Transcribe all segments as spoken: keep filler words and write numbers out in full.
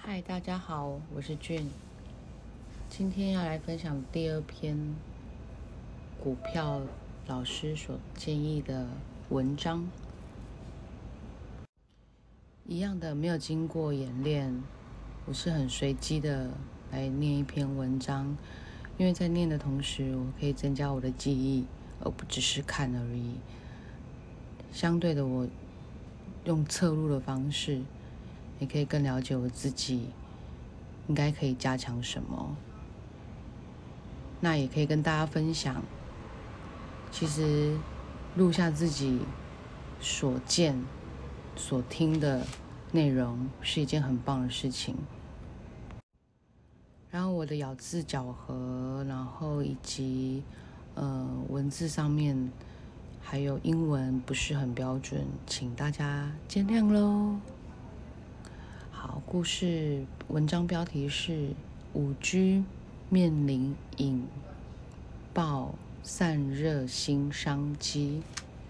嗨，大家好，我是俊。今天要来分享第二篇股票老师所建议的文章。一样的，没有经过演练，我是很随机的来念一篇文章，因为在念的同时，我可以增加我的记忆，而不只是看而已。相对的，我用侧录的方式，也可以更了解我自己应该可以加强什么。那也可以跟大家分享，其实录下自己所见所听的内容是一件很棒的事情。然后我的咬字咬合，然后以及呃文字上面还有英文不是很标准，请大家见谅咯。好，故事文章标题是五 G 面临引爆散热新商机。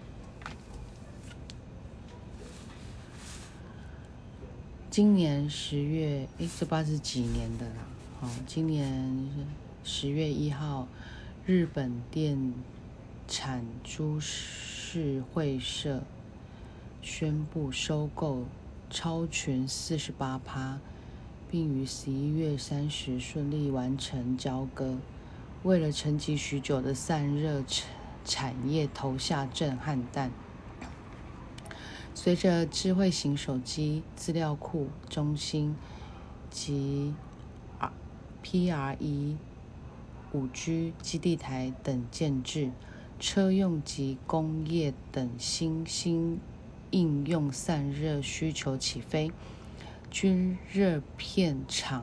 今年十月，诶，这不知道是几年的啦。好，今年十月一号，日本电产株式会社宣布收购超群四十八趴，并于十一月三十顺利完成交割，为了沉寂许久的散热产业投下震撼弹。随着智慧型手机、资料库中心及 P R E、五 G 基地台等建制，车用及工业等新兴应用散热需求起飞，均热片厂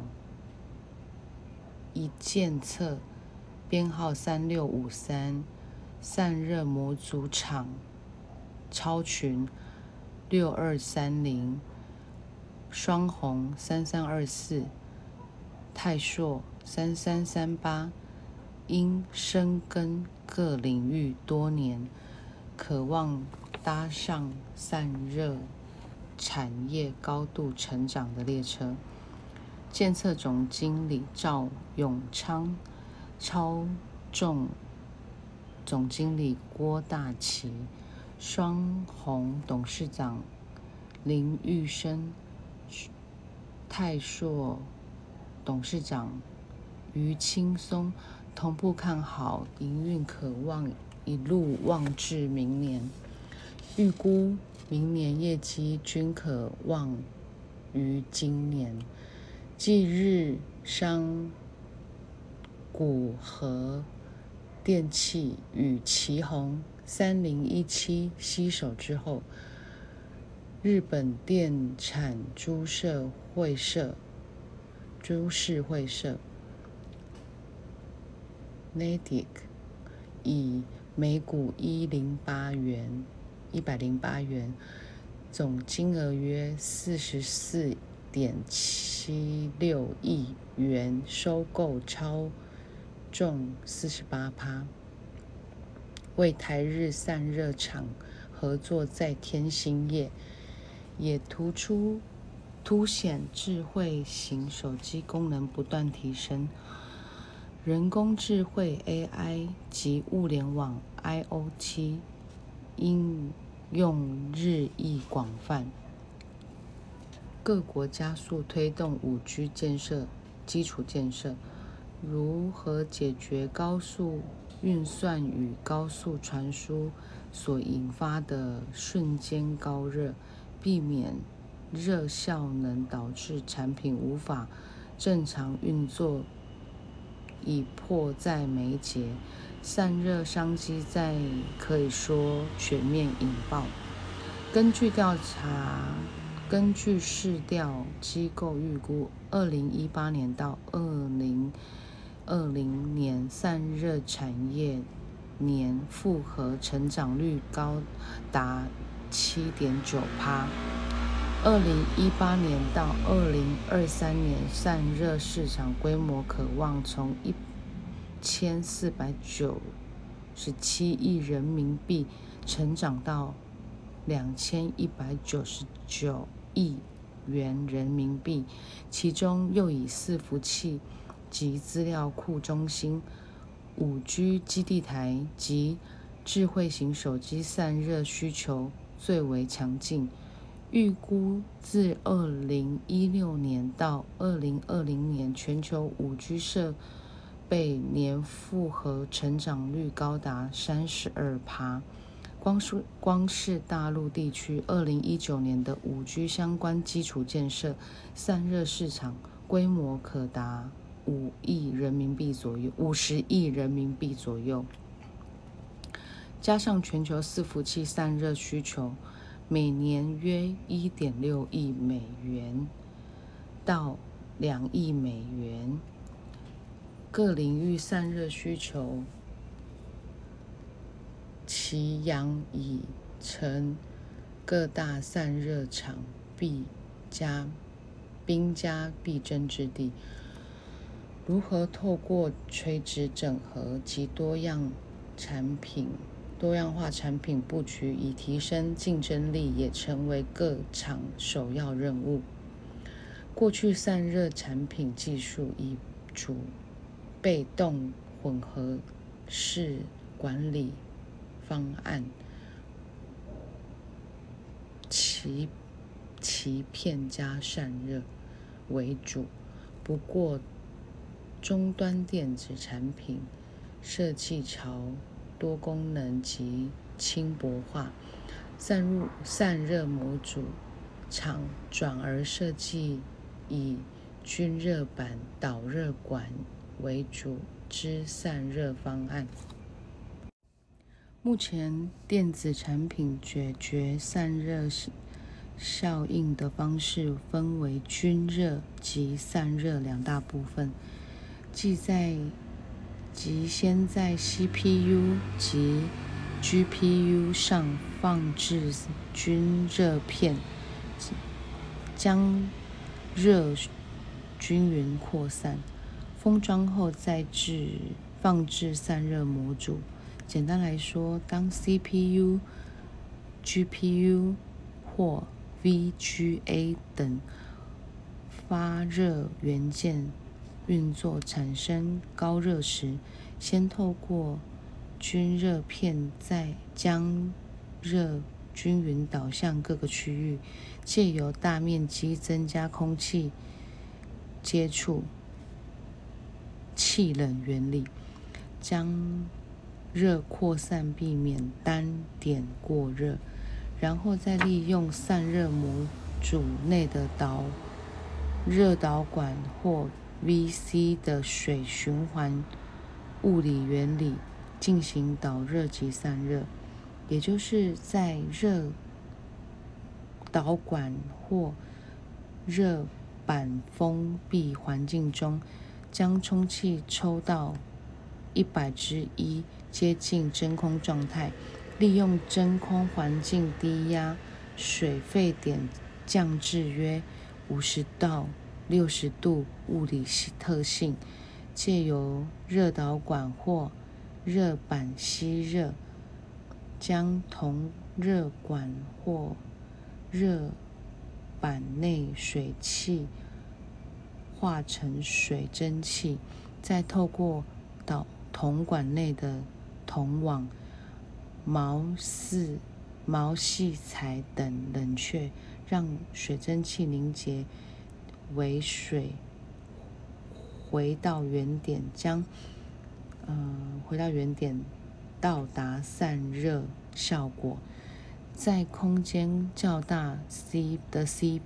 一检测编号三六五三，散热模组厂超群六二三零，双红三三二四，泰硕三三三八，因深耕各领域多年，渴望搭上散热产业高度成长的列车。检测总经理赵永昌、超重总经理郭大奇、双红董事长林玉生、泰硕董事长于青松同步看好营运，可望一路望至明年，预估明年业绩均可望于今年。继日商古和电器与奇宏三零一七携手之后，日本电产株式会社株式会社 Nidec 以每股一零八元一百零八元，总金额约四十四点七六亿元收购超重四十八趴，为台日散热厂合作再添新业，也突出凸显智慧型手机功能不断提升，人工智慧 A I 及物联网 I O T 应用日益广泛。各国加速推动 五 G 建设基础建设，如何解决高速运算与高速传输所引发的瞬间高热，避免热效能导致产品无法正常运作，已迫在眉睫。散热商机在可以说全面引爆。根据调查，根据市调机构预估，二零一八年到二零二零年散热产业年复合成长率高达七点九趴。二零一八年到二零二三年散热市场规模可望从一千四百九十七亿人民币成长到两千一百九十九亿元人民币，其中又以伺服器及资料库中心、五 G 基地台及智慧型手机散热需求最为强劲。预估自二零一六年到二零二零年，全球 五 G 设备年复合成长率高达 百分之三十二。光是光是大陆地区二零一九年的 五 G 相关基础建设散热市场规模可达五亿人民币左右，五十亿人民币左右。加上全球伺服器散热需求每年约 一点六亿美元到两亿美元，各领域散热需求齐扬已成各大散热厂必加兵家必争之地。如何透过垂直整合及多样产品多样化产品布局以提升竞争力，也成为各厂首要任务。过去散热产品技术以主被动混合式管理方案其其片加散热为主，不过终端电子产品设计朝多功能及轻薄化，散入散热模组厂转而设计以均热板导热管为主之散热方案。目前电子产品解决散热效应的方式分为均热及散热两大部分，即在即先在 C P U 及 G P U 上放置均热片，将热均匀扩散，封装后再置放置散热模组。简单来说，当 C P U、G P U 或 V G A 等发热元件运作产生高热时，先透过均热片再将热均匀导向各个区域，借由大面积增加空气接触气冷原理，将热扩散，避免单点过热，然后再利用散热模组内的导热导管或 V C 的水循环物理原理进行导热及散热，也就是在热导管或热板封闭环境中，将充气抽到一百之一，接近真空状态，利用真空环境低压，水沸点降至约五十到六十度物理特性，借由热导管或热板吸热，将同热管或热板内水汽化成水蒸气，再透过导铜管内的铜网、毛丝、毛细材等冷却，让水蒸气凝结为水，回到原点，将呃回到原点，到达散热效果。在空间较大 C 的 C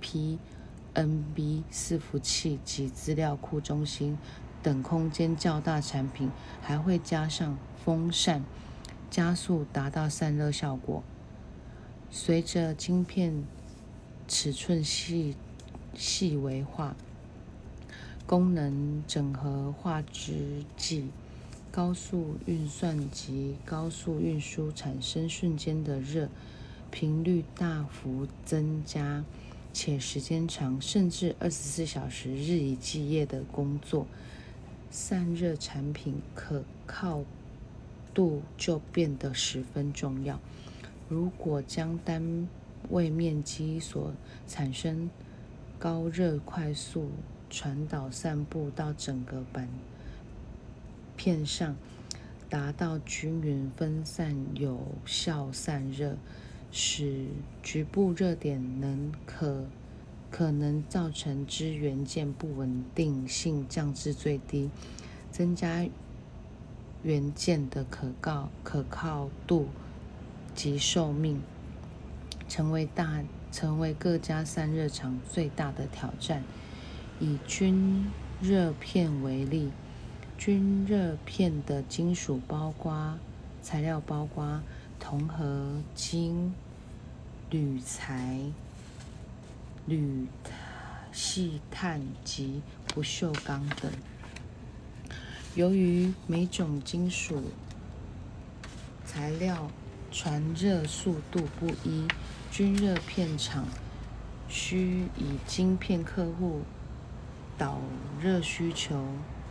P、N B 伺服器及资料库中心等空间较大产品，还会加上风扇，加速达到散热效果。随着晶片尺寸细细微化，功能整合化之际，高速运算及高速运输产生瞬间的热频率大幅增加，且时间长，甚至二十四小时日以继夜的工作，散热产品可靠度就变得十分重要。如果将单位面积所产生高热快速传导散布到整个板片上，达到均匀分散有效散热，使局部热点能可可能造成支元件不稳定性降至最低，增加元件的可靠可靠度及寿命，成为大成为各家散热厂最大的挑战。以均热片为例，均热片的金属包括材料包括铜合金、铝材、铝细碳及不锈钢等。由于每种金属材料传热速度不一，均热片厂需以晶片客户导热需求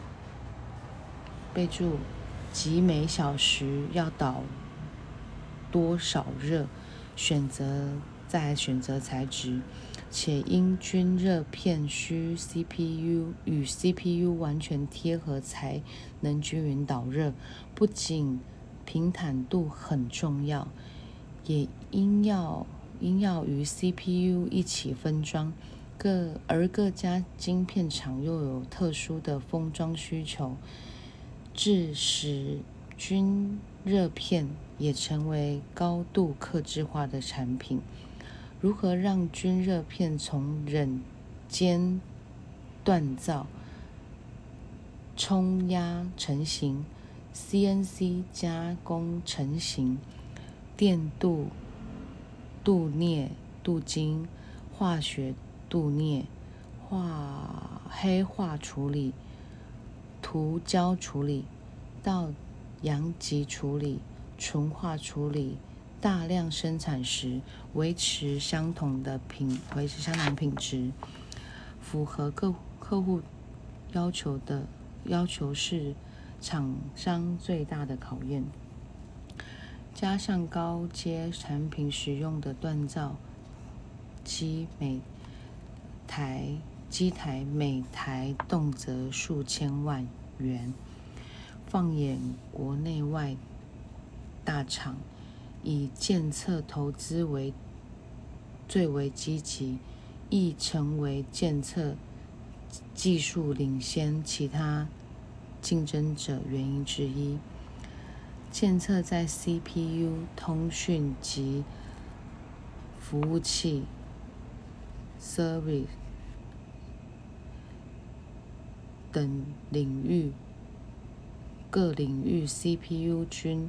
备注即每小时要导多少热，选择再选择材质，且因均热片需 C P U 与 C P U 完全贴合才能均匀导热，不仅平坦度很重要，也应要应要与 C P U 一起分装。各而各家晶片厂又有特殊的封装需求，致使均热片也成为高度客制化的产品。如何让均热片从冷间锻造、冲压成型、C N C 加工成型、电镀、镀镍、镀金、化学镀镍、化黑化处理、涂胶处理到阳极处理、纯化处理，大量生产时维持相同的品维持相同品质，符合客客户要求的要求是厂商最大的考验。加上高阶产品使用的锻造机每台机台每台动辄数千万元，放眼国内外大厂，以检测投资为最为积极，亦成为检测技术领先其他竞争者原因之一。检测在 C P U、通讯及服务器 （service） 等领域各领域 C P U 均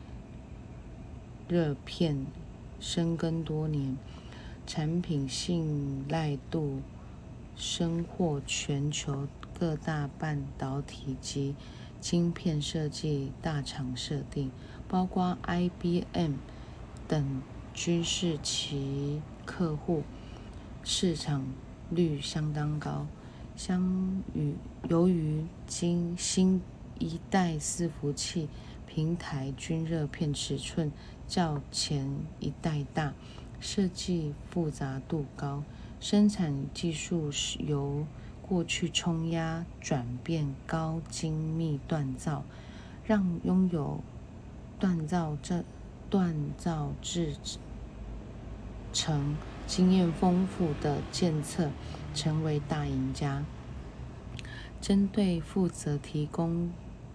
热片深耕多年，产品信赖度深获全球各大半导体及晶片设计大厂设定，包括 I B M 等均是其客户，市场率相当高。相与由于今新一代伺服器平台均热片尺寸较前一代大，设计复杂度高，生产技术由过去冲压转变高精密锻造，让拥有锻造这锻造制成经验丰富的检测成为大赢家。针对负责提供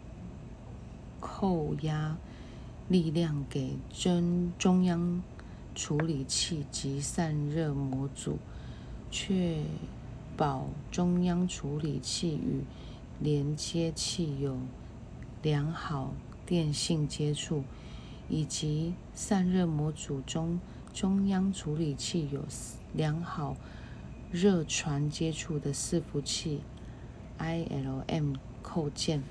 扣压力量给中中央处理器及散热模组，确保中央处理器与连接器有良好电性接触，以及散热模组中中央处理器有良好热传接触的伺服器 I L M 扣件。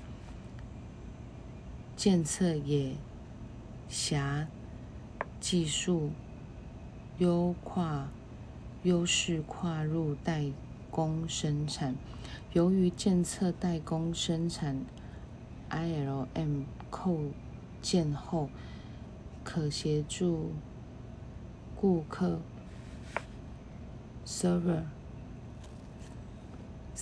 检测也辖技术优跨优势跨入代工生产。由于检测代工生产 I L M 扣件后，可协助顾客 server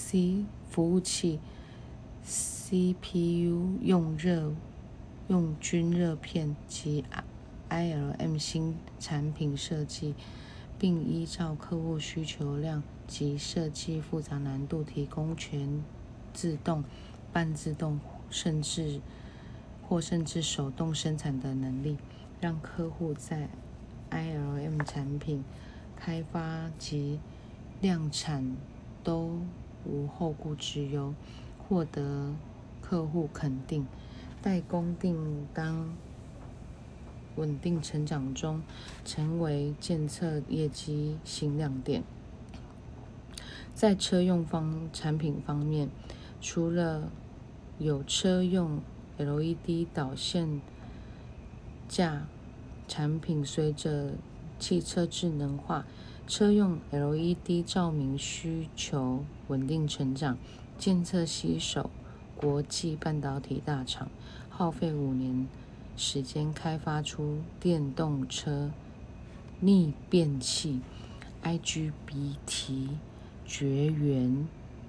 C 服务器 C P U 用热用均热片及 I L M 新产品设计，并依照客户需求量及设计复杂难度，提供全自动、半自动甚至或甚至手动生产的能力，让客户在 I L M 产品开发及量产都无后顾之忧，获得客户肯定。代工订单稳定成长中，成为检测业绩新亮点。在车用方产品方面，除了有车用 L E D 导线架产品随着汽车智能化，车用 L E D 照明需求稳定成长。检测携手国际半导体大厂，耗费五年时间开发出电动车逆变器 I G B T 绝缘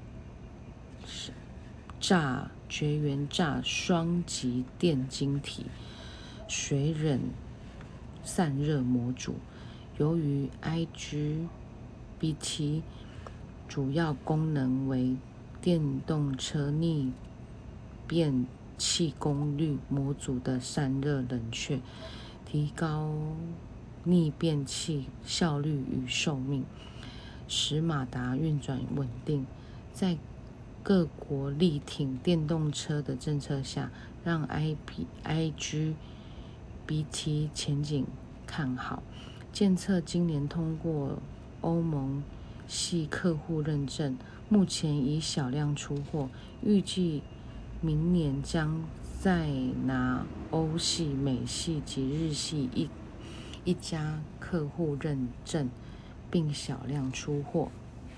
栅绝缘栅双极电晶体水冷散热模组。由于 I G B T 主要功能为电动车逆变器功率模组的散热冷却，提高逆变器效率与寿命，使马达运转稳定。在各国力挺电动车的政策下，让 I G B T 前景看好。检测今年通过欧盟系客户认证，目前已小量出货，预计明年将再拿欧系、美系及日系一一家客户认证，并小量出货。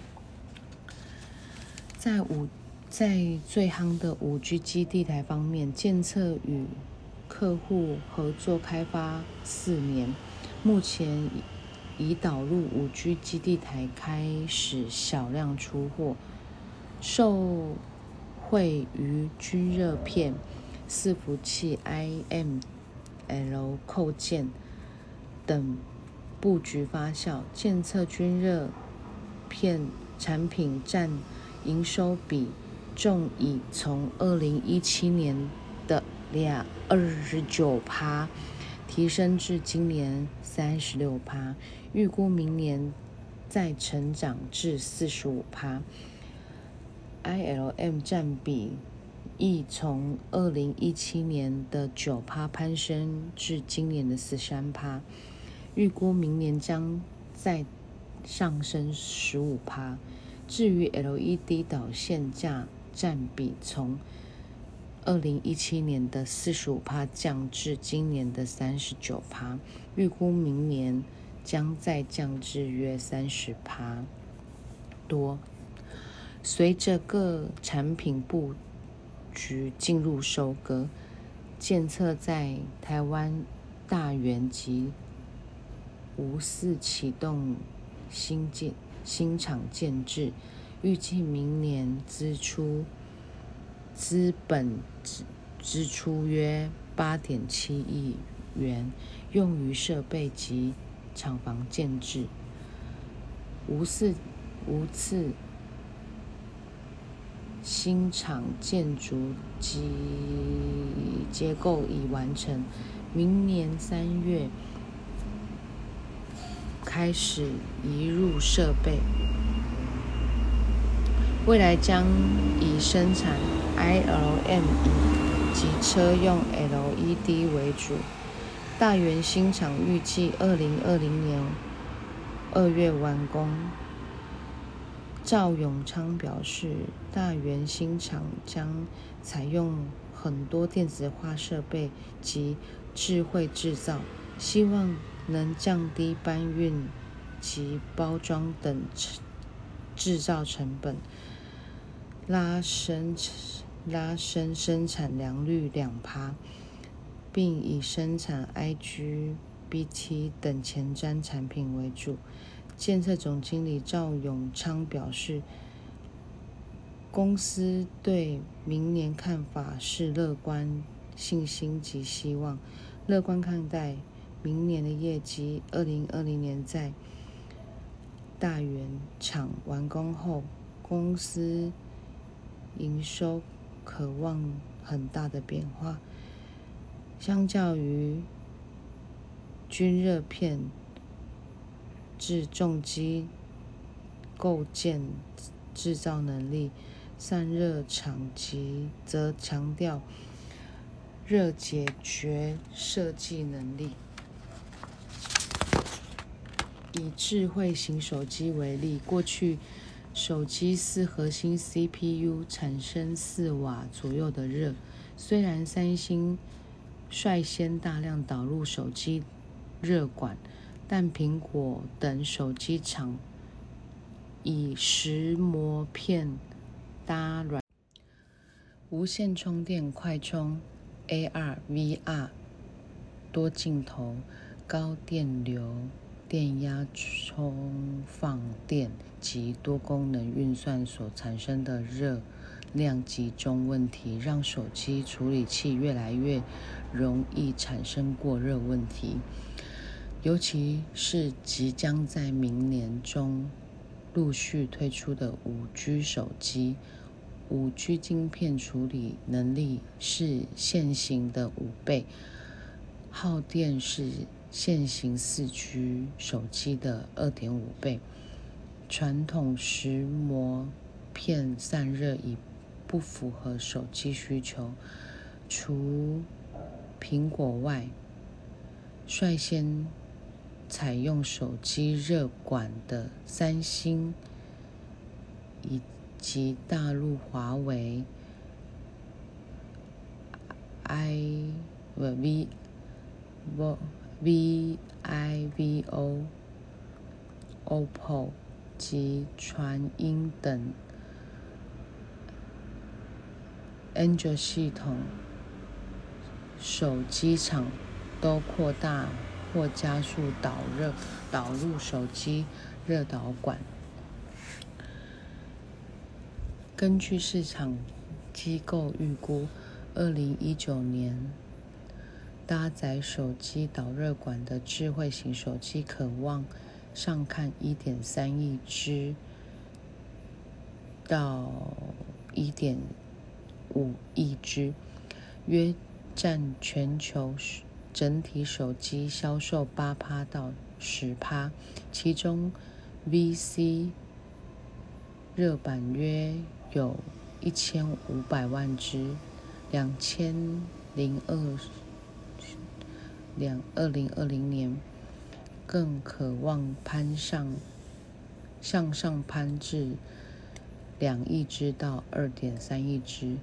在五在最夯的 五 G 基地台方面，检测与客户合作开发四年，目前已导入 五 G 基地台，开始小量出货。受惠于均热片、伺服器 I M L 扣件等布局发酵，检测均热片产品占营收比重已从二零一七年的二十九趴提升至今年三十六趴，预估明年再成长至四十五趴。I L M 占比亦从二零一七年的九趴攀升至今年的十三趴，预估明年将再上升十五趴。至于 L E D 导线架占比从二零一七年的四十五趴降至今年的三十九趴，预估明年将再降至约三十趴多。随着各产品布局进入收割，检测在台湾大园及无四启动新建新厂建制，预计明年支出资本支出约 八点七亿元，用于设备及厂房建制。无四无次新厂建筑及结构已完成，明年三月开始移入设备，未来将以生产 I L M 及车用 L E D 为主。大园新厂预计二零二零年二月完工。赵永昌表示，大园新厂将采用很多电子化设备及智慧制造，希望能降低搬运及包装等制造成本，拉升拉升生产良率两趴，并以生产 I G B T 等前瞻产品为主。检测总经理赵永昌表示， 公司对明年看法是乐观、信心及希望。乐观看待明年的业绩。二零二零年在大原厂完工后，公司营收可望很大的变化。相较于均热片至重机构建制造能力，散热厂及则强调热解决设计能力。以智慧型手机为例，过去手机四核心 C P U 产生四瓦左右的热，虽然三星率先大量导入手机热管，但苹果等手机厂以石膜片搭软无线充电、快充、A R、V R、多镜头、高电流、电压充放电及多功能运算所产生的热量集中问题，让手机处理器越来越容易产生过热问题。尤其是即将在明年中陆续推出的 五 G 手机，五 G 晶片处理能力是现行的五倍，耗电是现行四 G 手机的 二点五倍。传统石膜片散热已不符合手机需求。除苹果外，率先采用手机热管的三星以及大陆华为、i v v i v o、O P P O 及传音等 Android 系统手机厂都扩大或加速导热导入手机热导管。根据市场机构预估，二零一九年搭载手机导热管的智慧型手机可望上看 一点三亿只到 一点五亿只，约占全球整体手机销售 百分之八 到 百分之十， 其中 V C 热板约有一千五百万只。两千零二两二零二零年更可望攀上向上攀至两亿只到二点三亿只，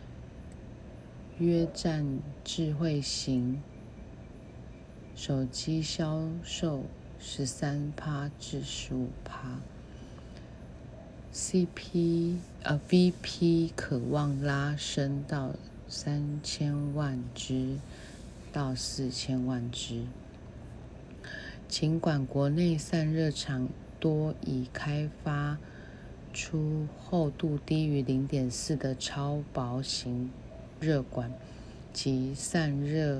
约占智慧型手机销售 百分之十三至百分之十五。C P 呃 V P 可望拉升到三千万只到四千万只。尽管国内散热厂多已开发出厚度低于 零点四 的超薄型热管及散热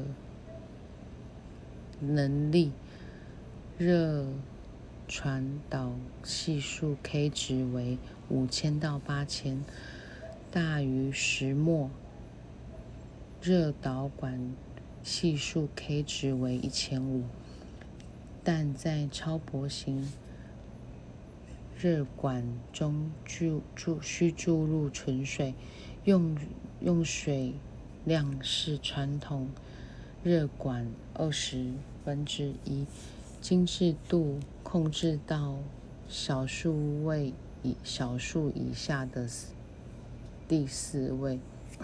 能力，热传导系数 K 值为五千到八千，大于石墨热导管系数 K 值为一千五，但在超薄型热管中注注需注入纯水，用用水量是传统热管二十分之一，精致度控制到小数位以小数以下的第四位。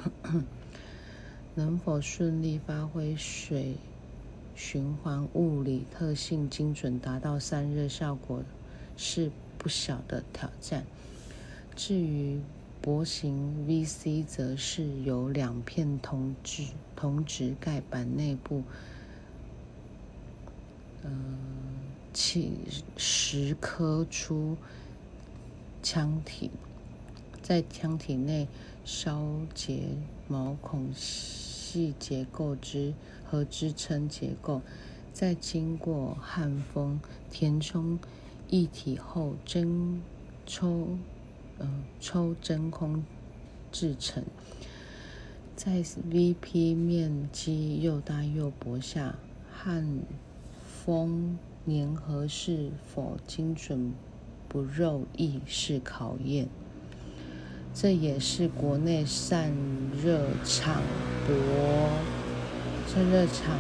能否顺利发挥水循环物理特性，精准达到散热效果，是不小的挑战。至于薄型 V C， 则是由两片铜质铜质盖板内部呃其十颗出腔体， 在腔体内烧结毛孔细结构之和支撑结构，在经过焊封填充液体后真抽呃抽真空制成。在 V P 面积又大又薄下，焊封粘合是否精准不肉亦是考验。这也是国内散热厂薄散热厂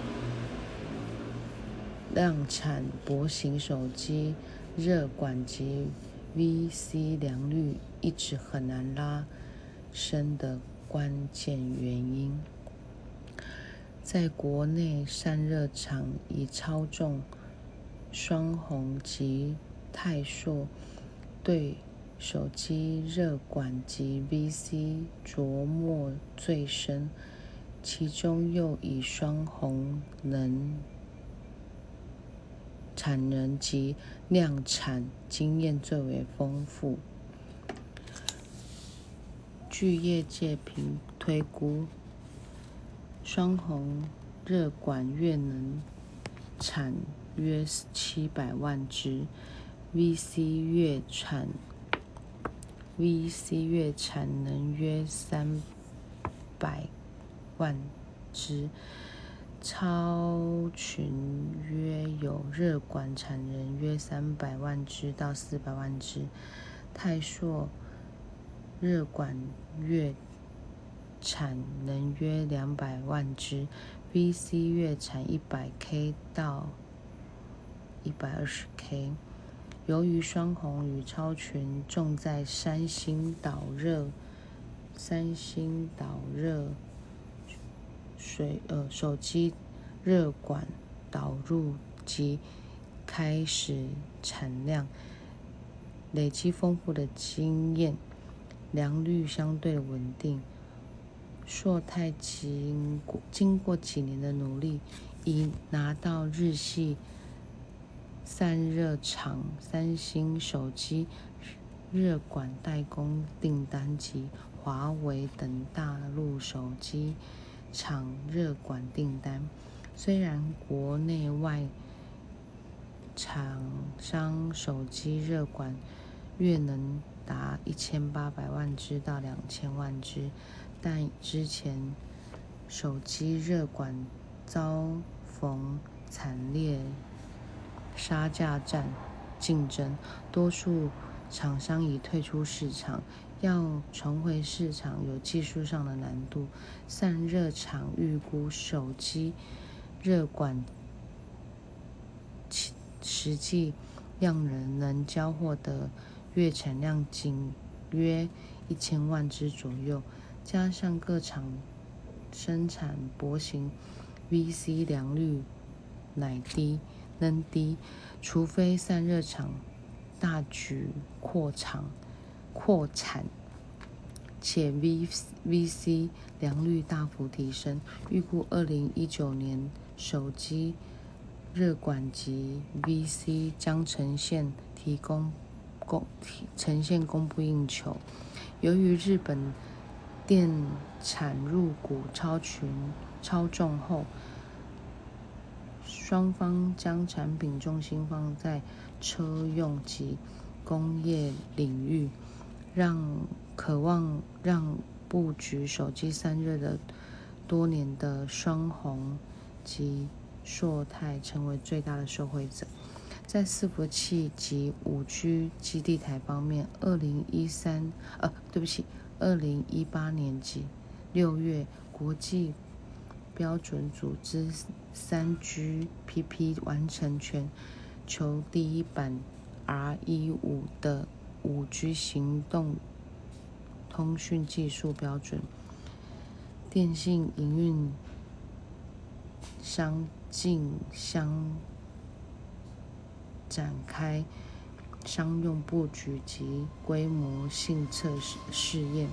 量产薄型手机热管及 V C 良率一直很难拉升的关键原因。在国内散热厂以超重双虹及泰硕对手机热管及 V C 琢磨最深，其中又以双虹能产能及量产经验最为丰富。据业界评推估，双虹热管月能产约七百万只 ，V C 月产 V C 月产能约三百万只，超群约有热管产能约三百万只到四百万只，泰硕热管月产能约两百万只 ，V C 月产一百 K 到一百二十 K。由于双虹与超群重在三星导热、三星导热水呃手机热管导入及开始产量，累积丰富的经验，良率相对稳定。硕泰经过经过几年的努力，已拿到日系散热厂三星手机热管代工订单及华为等大陆手机厂热管订单。虽然国内外厂商手机热管月能达一千八百万只到两千万只，但之前手机热管遭逢惨烈杀价战竞争，多数厂商已退出市场，要重回市场有技术上的难度。散热厂预估手机热管实际量能能交货的月产量仅约一千万只左右，加上各厂生产薄型 V C 良率乃低能低，除非散热厂大举扩厂扩产，且 V VC 良率大幅提升，预估二零一九年手机热管及 V C 将呈现提供供呈现供不应求。由于日本电产入股超群超重后，双方将产品重心放在车用及工业领域，让渴望让布局手机散热的多年的双虹及硕泰成为最大的受惠者。在伺服器及 五 G 基地台方面，二零一三呃，对不起，二零一八年及六月，国际标准组织 三 G P P 完成全球第一版 R 十五 的 五 G 行动通讯技术标准，电信营运商竞相展开商用布局及规模性测试试验，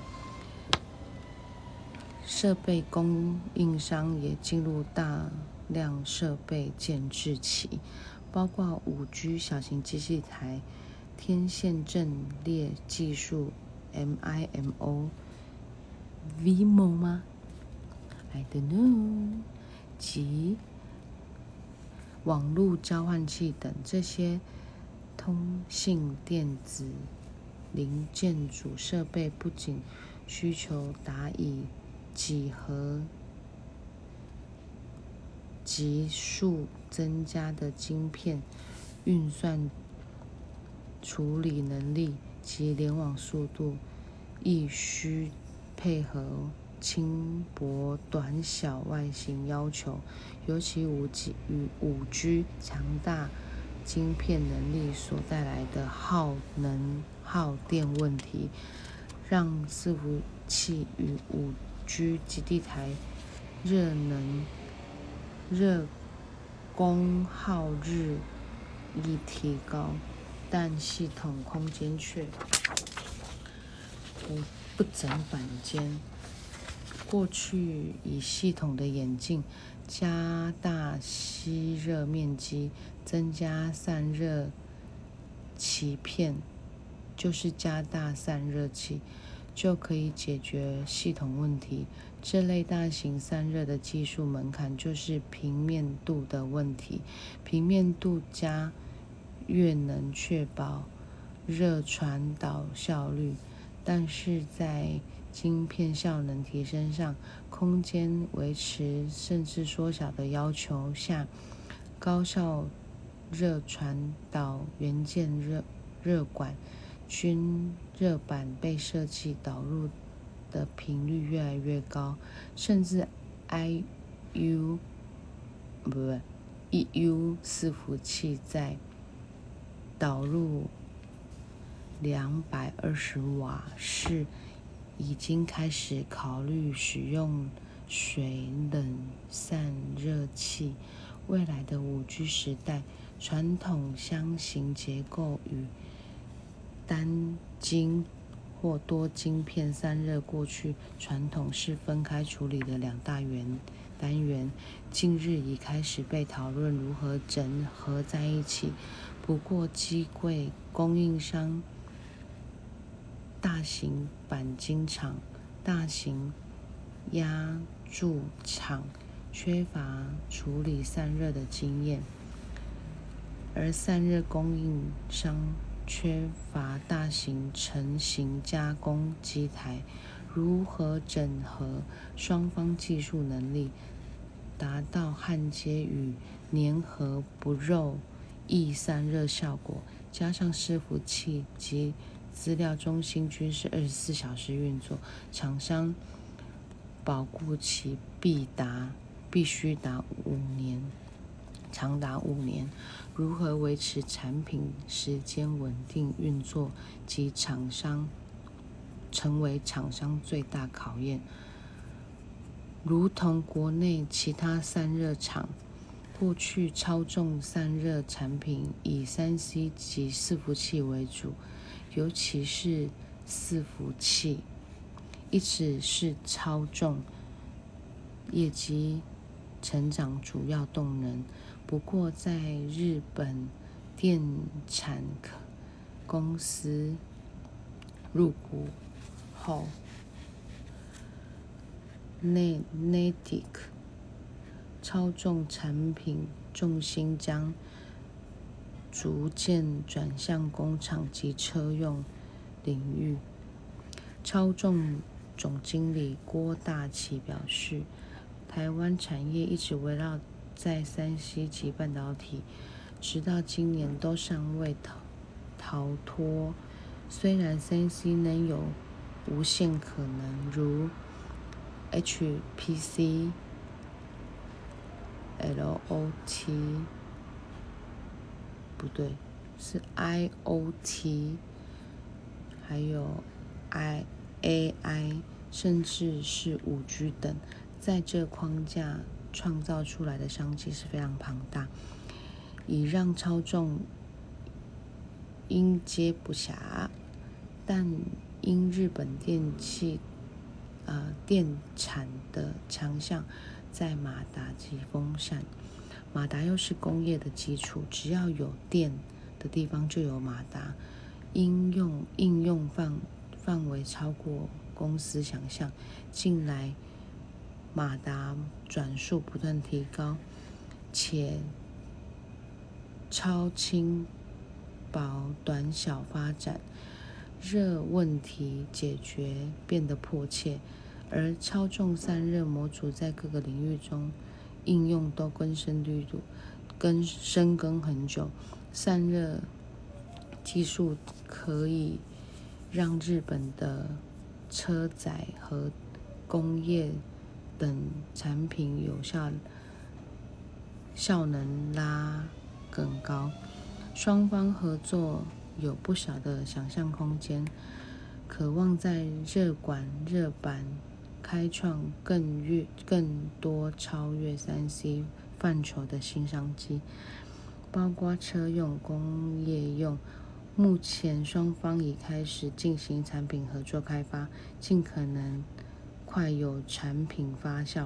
设备供应商也进入大量设备建制期，包括 五 G 小型基地台、天线阵列技术 M I M O，Vimo 吗 ？I don't know。及网络交换器等这些通信电子零件主设备，不仅需求达以几何级数增加的晶片运算处理能力及联网速度，亦需配合轻薄短小外形要求，尤其 五 G 与 五 G 强大晶片能力所带来的耗能耗电问题，让伺服器与 五 G 基地台热能热功耗日益提高，但系统空间却不不增反减。过去以系统的演进，加大吸热面积，增加散热器片，就是加大散热器，就可以解决系统问题。这类大型散热的技术门槛就是平面度的问题，平面度加越能确保热传导效率，但是在晶片效能提升上，空间维持甚至缩小的要求下，高效热传导元件热热管均热板被设计导入的频率越来越高，甚至 I U 不不 E U 伺服器在导入两百二十瓦时已经开始考虑使用水冷散热器。未来的 五 G 时代，传统箱型结构与单晶或多晶片散热，过去传统是分开处理的两大元单元，近日已开始被讨论如何整合在一起。不过，机柜供应商、大型钣金厂、大型压铸厂缺乏处理散热的经验，而散热供应商缺乏大型成型加工机台。如何整合双方技术能力，达到焊接与粘合不漏易散热效果，加上伺服器及资料中心均是二十四小时运作，厂商保固期必达必须达五年，长达五年。如何维持产品时间稳定运作及厂商成为厂商最大考验。如同国内其他散热厂，过去超重散热产品以 三 C 及伺服器为主，尤其是伺服器一直是超重业绩成长主要动能。不过在日本电产公司入股后， Nidec 超重产品重心将逐渐转向工厂及车用领域。超重总经理郭大奇表示，台湾产业一直围绕在 三 C 及半导体，直到今年都尚未逃逃脱。虽然 三 C 能有无限可能，如 H P C、L O T， 不对，是 I O T， 还有 I A I， 甚至是 五 G 等，在这框架创造出来的商机是非常庞大，以让超重应接不暇。但因日本电器呃电产的强项在马达及风扇，马达又是工业的基础，只要有电的地方就有马达，应用应用范范围超过公司想象。近来马达转速不断提高，且超轻薄短小发展，热问题解决变得迫切，而超重散热模组在各个领域中应用都根深蒂固，根深耕很久。散热技术可以让日本的车载和工业等产品有效效能拉更高，双方合作有不小的想象空间，渴望在热管、热板开创更越更多超越 三 C 范畴的新商机，包括车用、工业用。目前双方已开始进行产品合作开发，尽可能快有产品发酵。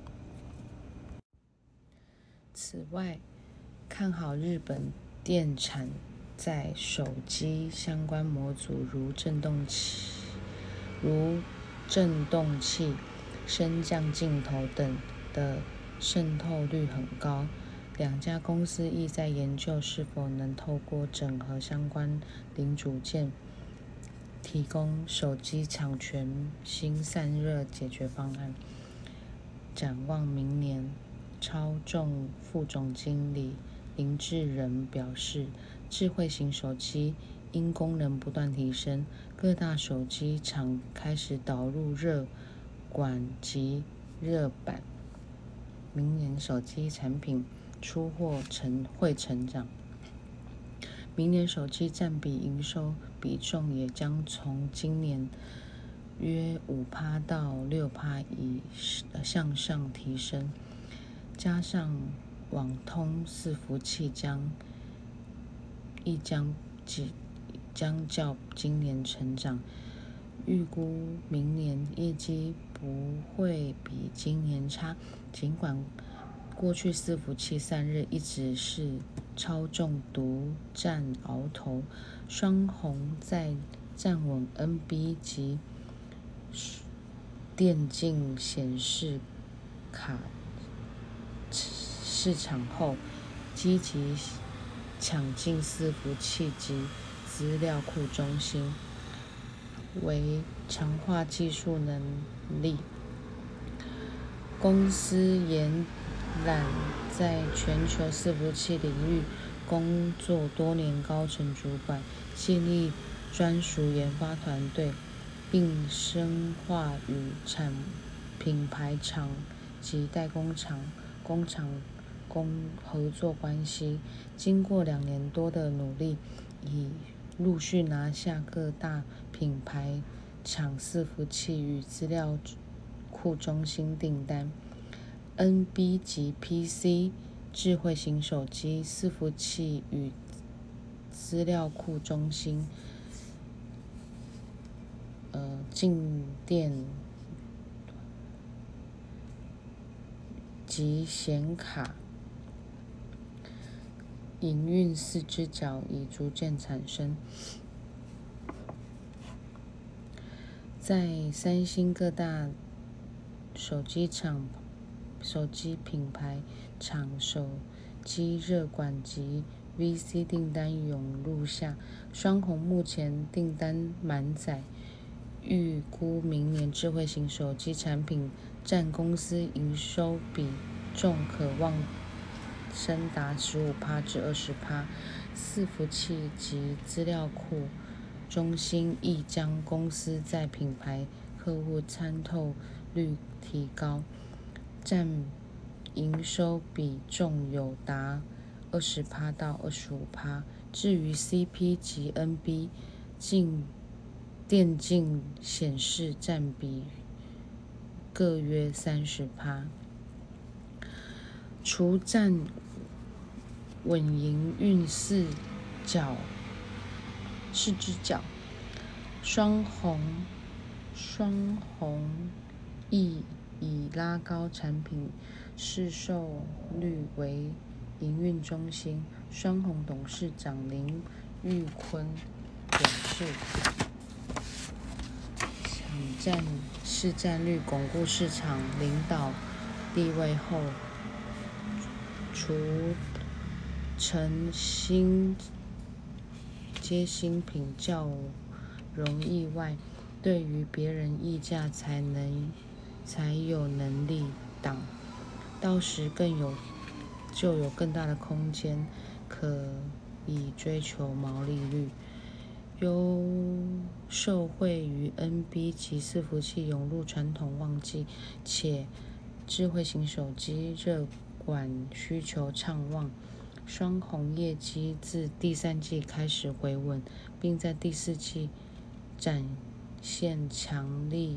此外，看好日本电产在手机相关模组，如振动器、如振动器、升降镜头等的渗透率很高。两家公司亦在研究是否能透过整合相关零组件，提供手机厂全新散热解决方案。展望明年，超重副总经理林志仁表示，智慧型手机因功能不断提升，各大手机厂开始导入热管及热板，明年手机产品出货成会成长，明年手机占比营收比重也将从今年约 百分之五 到 百分之六 以向上提升，加上网通伺服器将亦将将较今年成长，预估明年业绩不会比今年差。尽管过去伺服器散热一直是超重独占鳌头，双鸿在站稳 N B 及电竞显示卡市场后，积极抢进伺服器及资料库中心，为强化技术能力。公司延揽在全球伺服器领域工作多年高层主管，建立专属研发团队，并深化与产品牌厂及代工厂工厂工合作关系。经过两年多的努力，已陆续拿下各大品牌厂伺服器与资料库中心订单。N B 及 P C 智慧型手机伺服器与资料库中心，呃，静电及显卡营运四只脚已逐渐产生。在三星各大手机厂、手机品牌厂手机热管及 V C 订单涌入下，双鸿目前订单满载，预估明年智慧型手机产品占公司营收比重可望升达 百分之十五 至 百分之二十。伺服器及资料库中心亦将公司在品牌客户参透率提高，占营收比重有达 百分之二十 到 百分之二十五。至于 C P 及 N B 竞电竞显示占比各约 百分之三十。除占稳营运四角四只脚，双鸿双鸿亦以拉高产品市售率为营运中心。双鸿董事长林玉坤表示， 占市占率，巩固市场领导地位后，除成新接新品较容易外，对于别人议价才能才有能力挡，到时更有就有更大的空间可以追求毛利率。由受惠于 N B 及伺服器涌入传统旺季，且智慧型手机热管需求畅旺，双红业绩自第三季开始回稳，并在第四季展现强力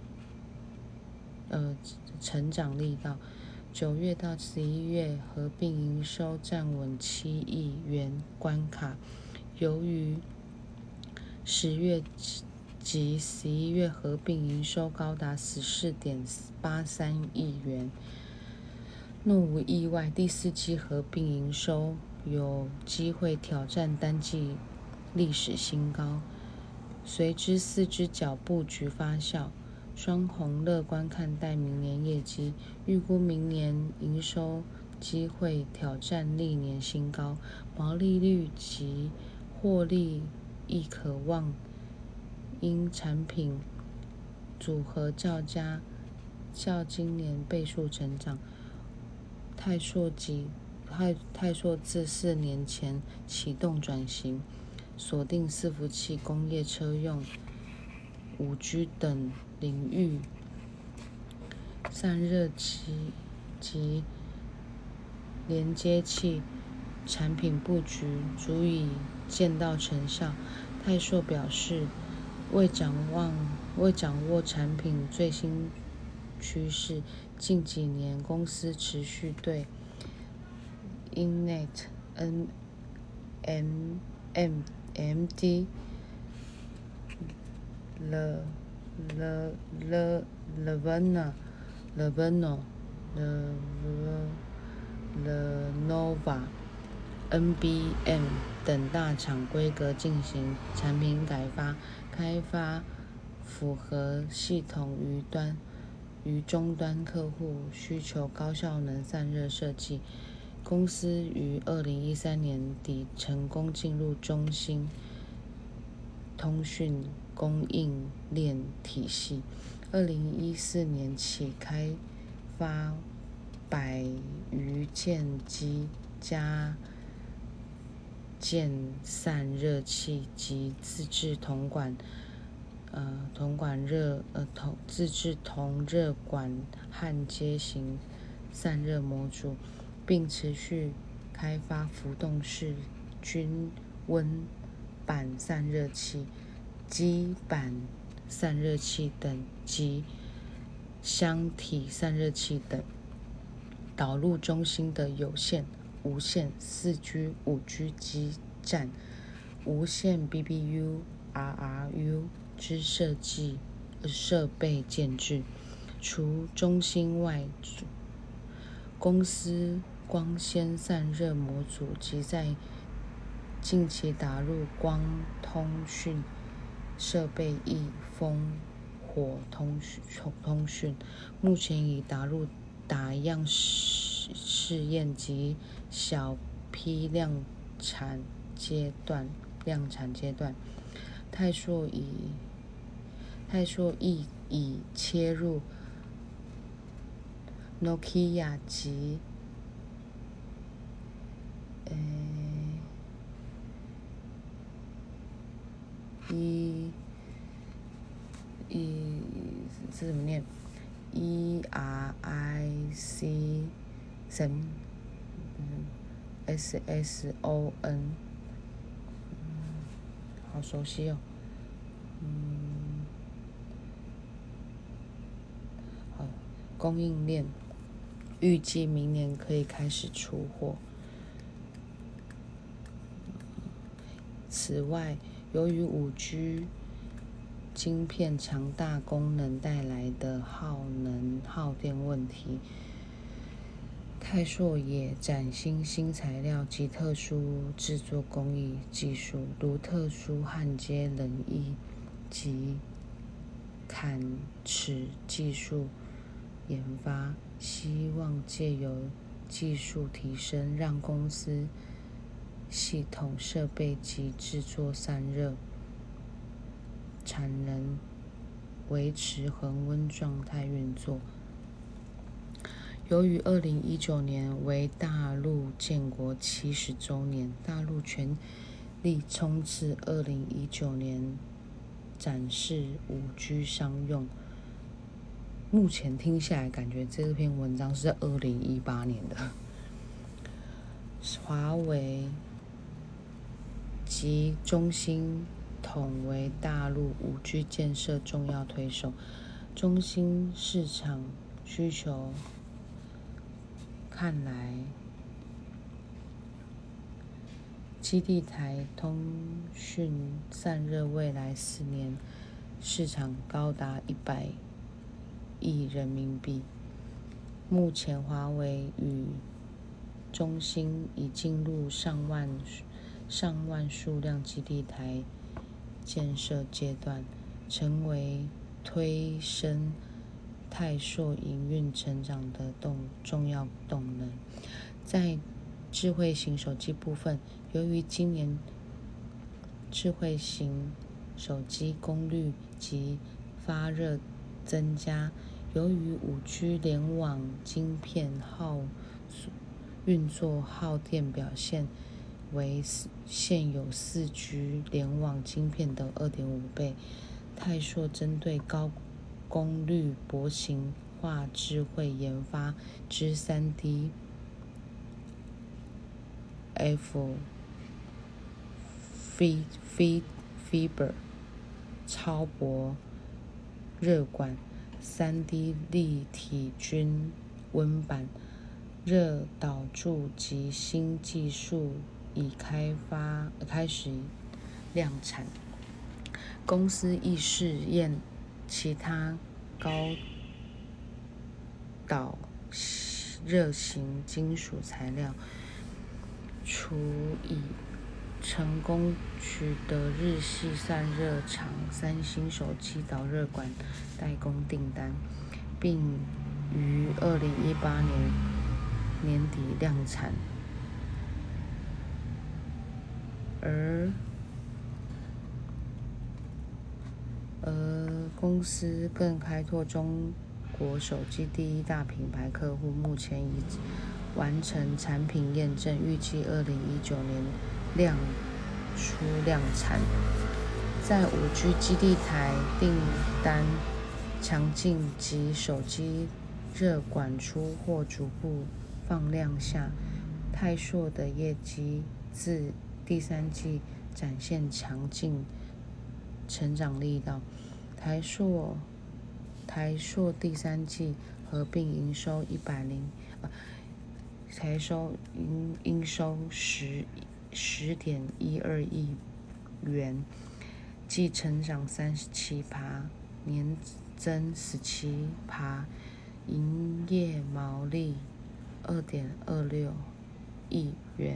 呃成长力道。九月到十一月合并营收站稳七亿元关卡，由于十月及十一月合并营收高达十四点八三亿元，若无意外，第四季合并营收有机会挑战单季历史新高。随之四只脚布局发酵，双红乐观看待明年业绩，预估明年营收机会挑战历年新高，毛利率及获利亦可望因产品组合较佳，较今年倍数成长。泰硕及泰泰硕自四年前启动转型，锁定伺服器、工业车用、五 G 等领域散热器及连接器产品布局，足以见到成效。泰硕表示，为掌握为掌握产品最新趋势，近几年公司持续对 Innate、N M M M D、Le Le Le Lenovo、Lenovo、Lenovo、N B M 等大厂规格进行产品改发，开发符合系统于端于终端客户需求高效能散热设计。公司于二零一三年底成功进入中兴通讯供应链体系，二零一四年起开发百余件机加件散热器及自制铜管呃铜管热呃铜自制铜热管焊接型散热模组，并持续开发浮动式均温板散热器、基板散热器等及箱体散热器等，导入中兴的有线、无线、四 G、五 G 基站、无线 B B U、R R U 之设计设备建制。除中兴外，公司光纤散热模组及在近期打入光通讯设备亦烽火通通讯，目前已打入打样试验及小批量产阶段。量产阶段，泰硕已泰硕亦已切入 Nokia 及呃一一这怎么念 ？E R I C 什么 S S O N， 好熟悉哦。嗯，好，供应链预计明年可以开始出货。此外，由于五 G 晶片强大功能带来的耗能耗电问题，泰硕也崭新新材料及特殊制作工艺技术，如特殊焊接冷液及砍齿技术研发，希望借由技术提升，让公司系统设备及制作散热产能维持恒温状态运作。由于二零一九年为大陆建国七十周年，大陆全力冲刺二零一九年展示 五 G 商用。目前听下来，感觉这篇文章是在二零一八年的。华为及中兴统为大陆 五 G 建设重要推手。中兴市场需求看来，基地台通讯散热未来四年市场高达一百亿人民币。目前华为与中兴已进入上万上万数量基地台建设阶段，成为推升泰硕营运成长的动重要动能。在智慧型手机部分，由于今年智慧型手机功率及发热增加，由于 五 G 联网晶片耗运作耗电表现为现有 四 G 联网晶片的 二点五 倍，泰硕针对高功率薄型化智慧研发之 三 D F Fiber 超薄热管、三 D 立体均温板、热导柱及新技术已开发开始量产。公司亦试验其他高导热型金属材料，除已成功取得日系散热厂三星手机导热管代工订单，并于二零一八年年底量产。而而公司更开拓中国手机第一大品牌客户，目前已完成产品验证，预计二零一九年量出量产。在 五 G 基地台订单强劲及手机热管出货逐步放量下，泰硕的业绩自第三季展现强劲成长力道。台硕台硕第三季合并营收一百零呃，台收营营收十十点一二亿元，季成长三十七趴，年增十七趴，营业毛利二点二六亿元，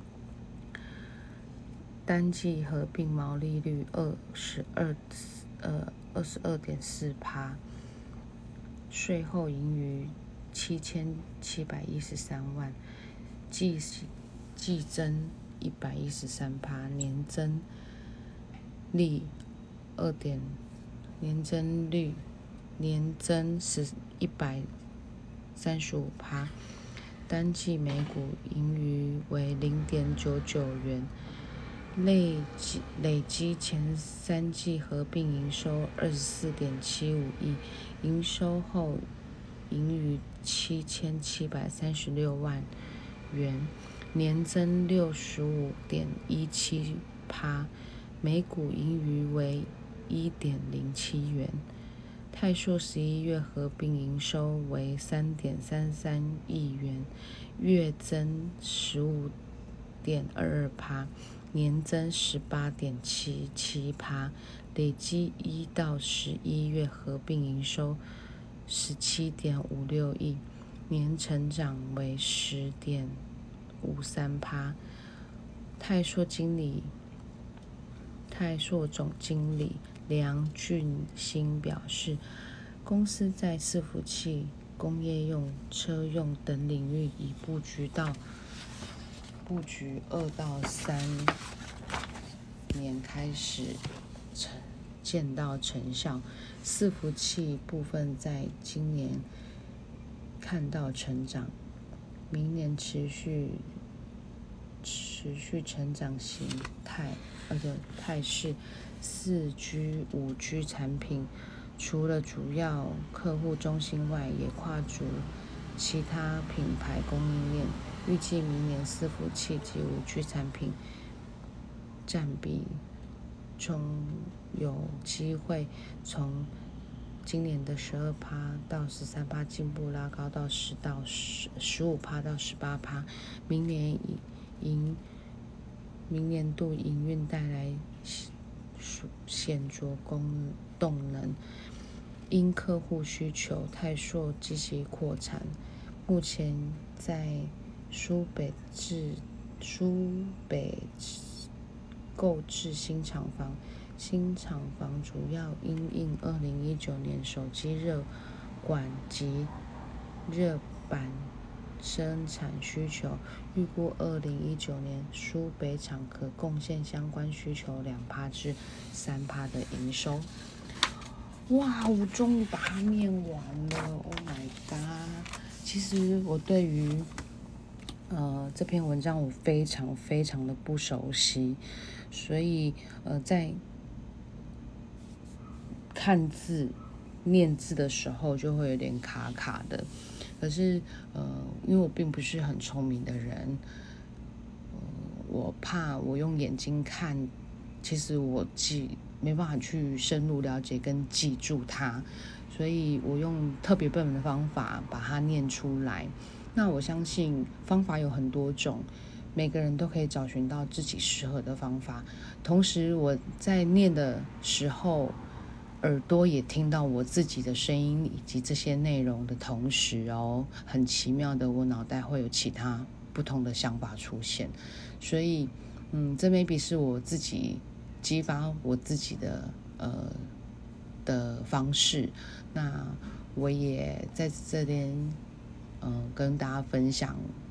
单季合并毛利率二十二呃二十二点四趴，税后盈余七千七百一十三万，季季增一百一十三趴，年增率二点年增率年增十一百三十五趴，单季每股盈余为零点九九元。累计累积前三季合并营收二十四点七五亿，营收后盈余七千七百三十六万元，年增六十五点一七趴，每股盈余为一点零七元。泰硕十一月合并营收为三点三三亿元，月增十五点二二趴。年增十八点七七趴，累计一到十一月合并营收十七点五六亿，年成长为十点五三趴。泰硕经理泰硕总经理梁俊兴表示，公司在伺服器、工业用、车用等领域已布局到布局二到三年开始成见到成效。伺服器部分在今年看到成长，明年持续持续成长形态，而且态势。四 G、五 G 产品除了主要客户中心外，也跨足其他品牌供应链。预计明年伺服器及五 G 产品占比中有机会从今年的十二趴到十三趴进步拉高到十到十十五趴到十八趴。明年营明年度营运带来显著动能，因客户需求，泰硕积极扩产，目前在苏北制苏北购置新厂房，新厂房主要因应二零一九年手机热管及热板生产需求，预估二零一九年苏北厂可贡献相关需求两趴至三趴的营收。哇，我终于把它念完了 ！Oh my god！ 其实我对于呃这篇文章我非常非常的不熟悉，所以呃在看字念字的时候就会有点卡卡的。可是呃因为我并不是很聪明的人，呃、我怕我用眼睛看，其实我记没办法去深入了解跟记住它，所以我用特别笨的方法把它念出来。那我相信方法有很多种，每个人都可以找寻到自己适合的方法。同时我在念的时候，耳朵也听到我自己的声音以及这些内容的同时哦，很奇妙的，我脑袋会有其他不同的想法出现。所以嗯，这 maybe 是我自己激发我自己的呃的方式。那我也在这边嗯、呃、跟大家分享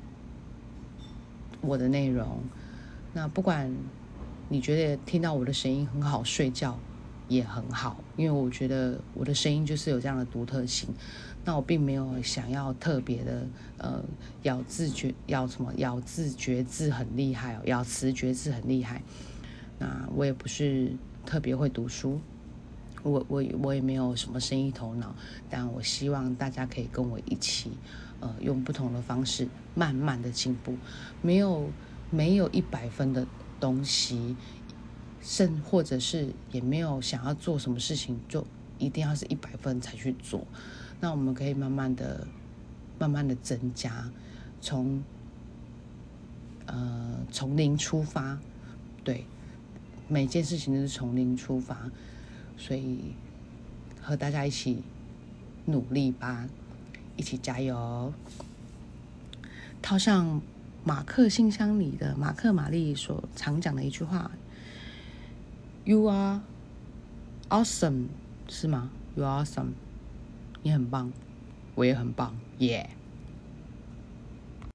我的内容。那不管你觉得听到我的声音很好睡觉也很好，因为我觉得我的声音就是有这样的独特性。那我并没有想要特别的呃咬字诀咬什么咬字绝字很厉害哦，咬词绝字很厉害。那我也不是特别会读书，我我我也没有什么生意头脑，但我希望大家可以跟我一起呃用不同的方式慢慢的进步。没有没有一百分的东西，甚或者是也没有想要做什么事情就一定要是一百分才去做。那我们可以慢慢的慢慢的增加，从呃从零出发，对，每件事情都是从零出发，所以和大家一起努力吧，一起加油。套上马克信箱里的马克玛丽所常讲的一句话 You are awesome， 是吗？ You are awesome， 你很棒，我也很棒，耶、yeah